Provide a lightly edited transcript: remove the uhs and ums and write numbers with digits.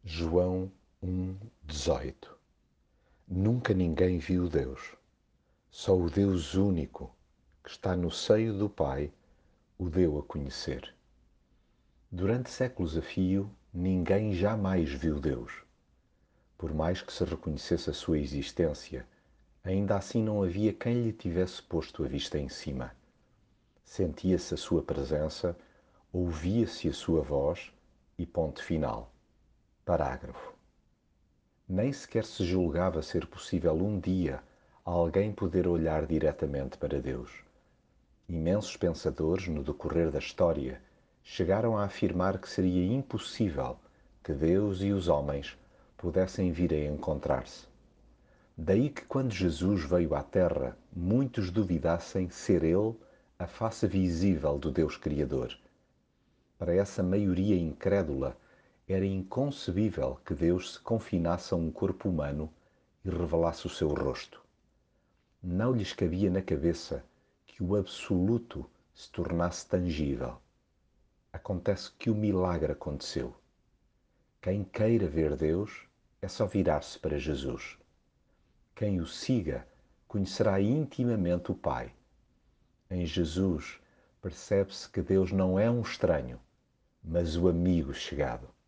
João 1,18. Nunca ninguém viu Deus. Só o Deus único, que está no seio do Pai, o deu a conhecer. Durante séculos a fio, ninguém jamais viu Deus. Por mais que se reconhecesse a sua existência, ainda assim não havia quem lhe tivesse posto a vista em cima. Sentia-se a sua presença, ouvia-se a sua voz e ponto final. Parágrafo. Nem sequer se julgava ser possível um dia alguém poder olhar diretamente para Deus. Imensos pensadores, no decorrer da história, chegaram a afirmar que seria impossível que Deus e os homens pudessem vir a encontrar-se. Daí que, quando Jesus veio à Terra, muitos duvidassem ser Ele a face visível do Deus Criador. Para essa maioria incrédula, era inconcebível que Deus se confinasse a um corpo humano e revelasse o seu rosto. Não lhes cabia na cabeça que o absoluto se tornasse tangível. Acontece que o milagre aconteceu. Quem queira ver Deus é só virar-se para Jesus. Quem o siga conhecerá intimamente o Pai. Em Jesus percebe-se que Deus não é um estranho, mas o amigo chegado.